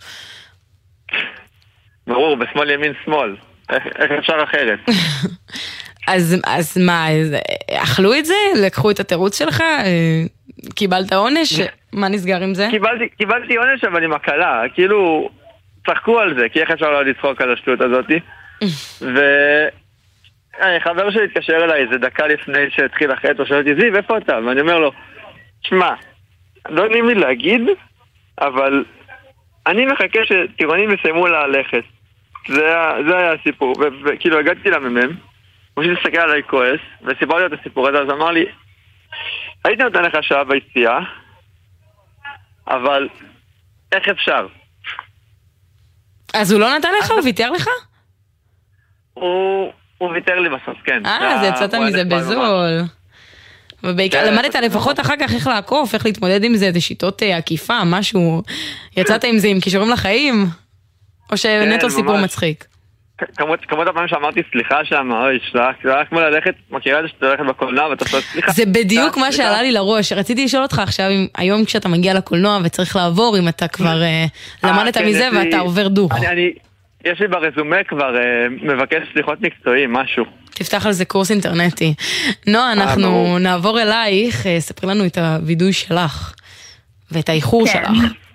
ברור, בשמאל ימין שמאל. איך, איך אפשר אחרת? אז, אז מה, אכלו את זה? לקחו את התירוץ שלך? קיבלת עונש? מה נסגר עם זה? קיבלתי, קיבלתי עונש אבל עם הקלה. כאילו, צחקו על זה, כי איך אפשר לא לצחוק על השטות הזאת? וחבר שלי התקשר אליי איזה דקה לפני שהתחיל החטא, ושאל אותי, זיו, איפה אתה? ואני אומר לו, שמע, לא נעים לי להגיד, אבל אני מחכה שטירונים יסיימו ללכת. זה היה, זה היה הסיפור, וכאילו הגעתי לממם, הוא שהסתכל עליי כועס, וסיפרתי לו את הסיפור הזה, אז אמר לי, הייתי נותן לך שעה ביציאה, אבל איך אפשר? אז הוא לא נתן לך? הוא ויתר לך? הוא, הוא ויתר לי בסוף, כן. אה, אז יצאת מזה בזול. ובעיקר, למדת לפחות אחר כך איך לעקוף, איך להתמודד עם זה, זה שיטות עקיפה, משהו, יצאת עם זה עם קישורים לחיים? או שנטו סיפור מצחיק? כמות הפעמים שאמרתי סליחה שם, אוי, שלח, זה היה כמו ללכת, מכירה את זה שאתה הולכת בקולנוע ואתה עושה סליחה. זה בדיוק מה שעלה לי לראש, רציתי לשאול אותך עכשיו, היום כשאתה מגיע לקולנוע וצריך לעבור, אם אתה כבר למדת מזה ואתה עובר דוך. יש לי ברזומה כבר מבקש סליחות מקצועיים, משהו. תפתח על זה קורס אינטרנטי. נועה, אנחנו נעבור אלייך, ספרי לנו את הוידוי שלך ואת האיחור שלך.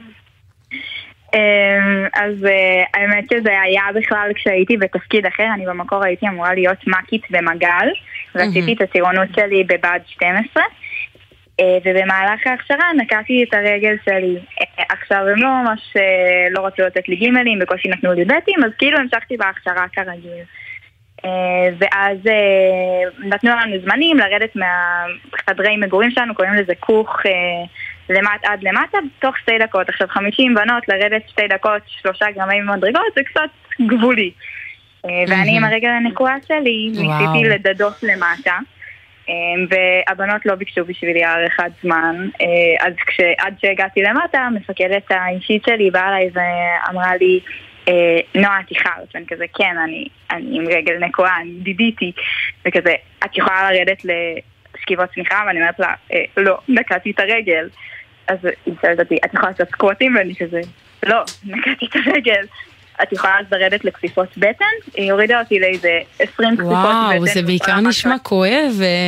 אז האמת שזה היה בכלל כשהייתי בתפקיד אחר, אני במקור הייתי אמורה להיות מקית במגל, ועשיתי את הטירונות שלי בבה"ד שתים עשרה, ובמהלך ההכשרה נקעתי את הרגל שלי. עכשיו הם לא ממש לא רצו לתת לי גימלים, בקושי נתנו לי בטים, אז כאילו המשכתי בהכשרה כרגיל. ואז נתנו לנו זמנים לרדת מהחדרי מגורים שלנו, קוראים לזה כוך למטה עד למטה, תוך שתי דקות. עכשיו חמישים בנות לרדת שתי דקות, שלושה גרמים מדרגות, זה קצת גבולי. ואני עם הרגל הנקועה שלי ניסיתי לדדות למטה, והבנות לא ביקשו בשבילי הערכת זמן. אז עד שהגעתי למטה, מפקדת האישית שלי באה אליי ואמרה לי, נועה, תיחרת, ואני כזה, כן, אני, אני עם רגל נקועה, אני דידיתי, וכזה, את יכולה לרדת לשכיבות צניחה, ואני אומרת לה, לא, נקעתי את הרגל. אז היא שואלת אותי, את יכולה לעשות סקווטים? ואני כזה, לא, נקעתי את הרגל. את יכולה לרדת לכפיפות בטן? היא הורידה אותי לאיזה עשרים כפיפות בטן. וואו, זה בעיקר נשמע כואב,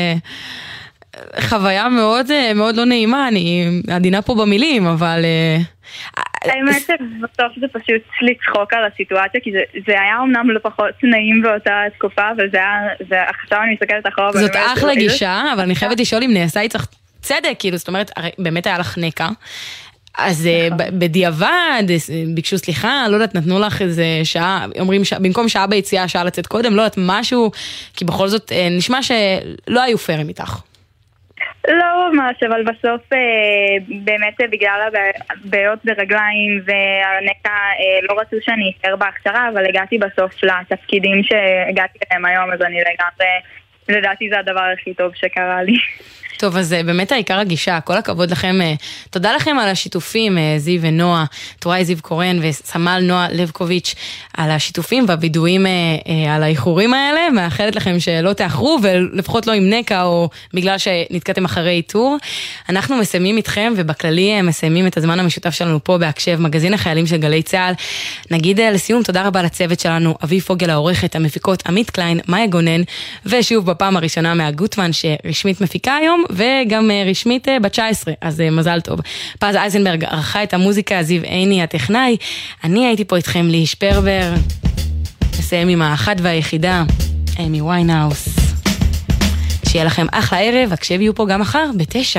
חוויה מאוד, מאוד לא נעימה, אני עדינה פה במילים, אבל... האמת שבסוף זה פשוט לצחוק על הסיטואציה, כי זה, זה היה אמנם לא פחות נעים באותה תקופה, אבל זה היה, עכשיו אני מסתכלת אחורה. זאת אחלה גישה, אבל אני חייבת לשאול אם נעשה איתך צדק, כאילו, זאת אומרת, באמת היה לך נקע, אז בדיעבד, ביקשו סליחה, לא יודעת, נתנו לך איזה שעה, אומרים במקום שעה ביציאה, שעה לצאת קודם, לא יודעת משהו, כי בכל זאת נשמע שלא היו פיירים איתך. לא ממש, אבל בסוף באמת בגלל הבעיות ברגליים והנקע לא רצו שאני אשאר בהכשרה, אבל הגעתי בסוף לתפקידים שהגעתי להם היום, אז אני לגמרי, לדעתי זה הדבר הכי טוב שקרה לי. טוב, אז באמת העיקר הגישה, כל הכבוד לכם, תודה לכם על השיתופים, זיו ונועה, תוראי זיו קורן וסמל נועה לבקוביץ' על השיתופים והבידועים על האיחורים האלה, מאחלת לכם שלא תאחרו ולפחות לא עם נקע או בגלל שנתקעתם אחרי איתור. אנחנו מסיימים איתכם ובכללי מסיימים את הזמן המשותף שלנו פה בהקשב, מגזין החיילים של גלי צהל. נגיד לסיום, תודה רבה לצוות שלנו, אבי פוגל העורכת, המפיקות עמית קליין, מאיה גונן, ושוב בפעם הראשונה מהגוטמן שרשמית מפיקה היום, וגם רשמית ב-תשע עשרה, אז מזל טוב. פז אייזנברג ערכה את המוזיקה, זיו עיני הטכנאי, אני הייתי פה איתכם ליש פרבר, נסיים עם האחת והיחידה, אמי ויינהאוס. שיהיה לכם אחלה ערב, הקשב יהיו פה גם מחר בתשע.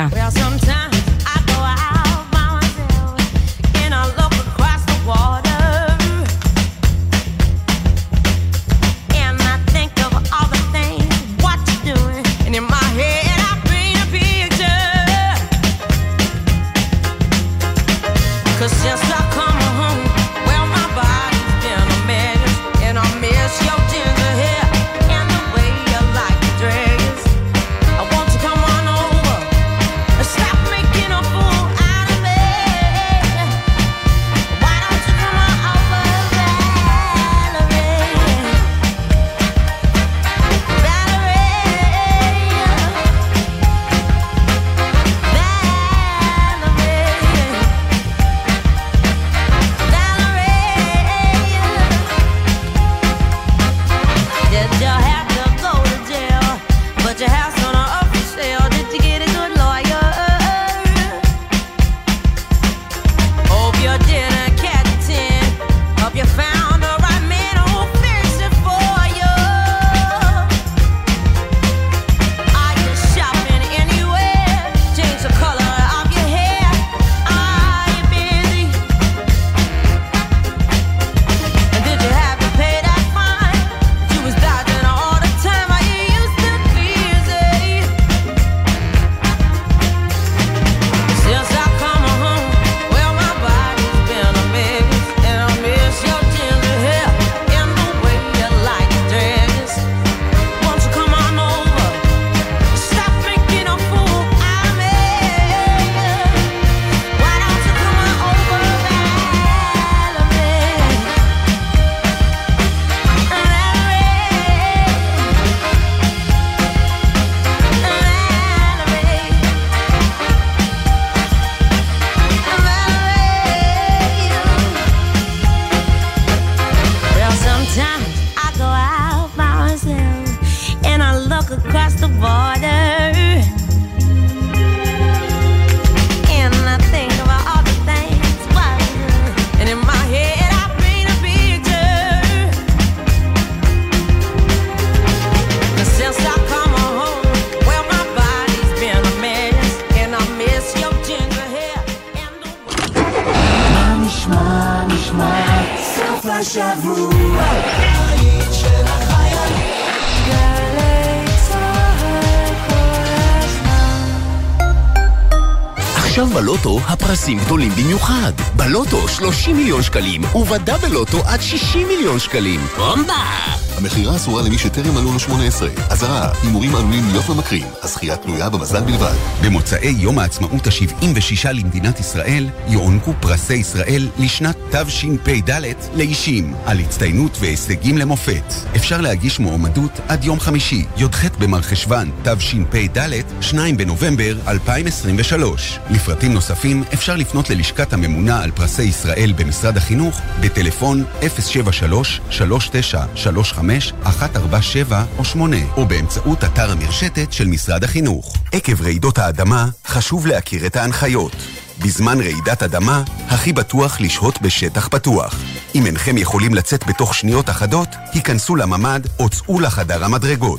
עכשיו בלוטו הפרסים גדולים במיוחד. בלוטו שלושים מיליון שקלים, ובדה בלוטו עד שישים מיליון שקלים. בומבה! המחירה אסורה למי שטרם מלאו לו שמונה עשרה. אזהרה, הימורים עלולים להיות ממכרים. הזכייה תלויה במזל בלבד. במוצאי יום העצמאות ה-שבעים ושישה למדינת ישראל, יוענקו פרסי ישראל לשנת תשפ"ד לאישים, על הצטיינות והישגים למופת. אפשר להגיש מועמדות עד יום חמישי, י"ח במרחשוון תשפ"ד, השני בנובמבר אלפיים עשרים ושלוש. לפרטים נוספים אפשר לפנות ללשכת הממונה על פרסי ישראל במשרד החינוך בטלפון אפס שבע שלוש שלוש תשע שלוש חמש אחת ארבע שבע או שמונה, או באמצעות אתר המרשתת של משרד החינוך. עקב רעידות האדמה חשוב להכיר את ההנחיות. בזמן רעידת אדמה הכי בטוח לשהות בשטח פתוח. אם אינכם יכולים לצאת בתוך שניות אחדות, היכנסו לממד או צאו לחדר המדרגות.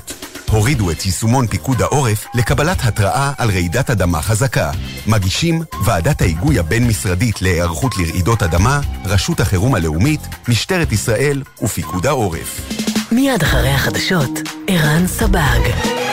הורידו את יישומון פיקוד העורף לקבלת התראה על רעידת אדמה חזקה. מגישים ועדת ההיגוי הבין-משרדית להיערכות לרעידות אדמה, רשות החירום הלאומית, משטרת ישראל ופיקוד העורף. מיד אחרי החדשות, ערן סבג.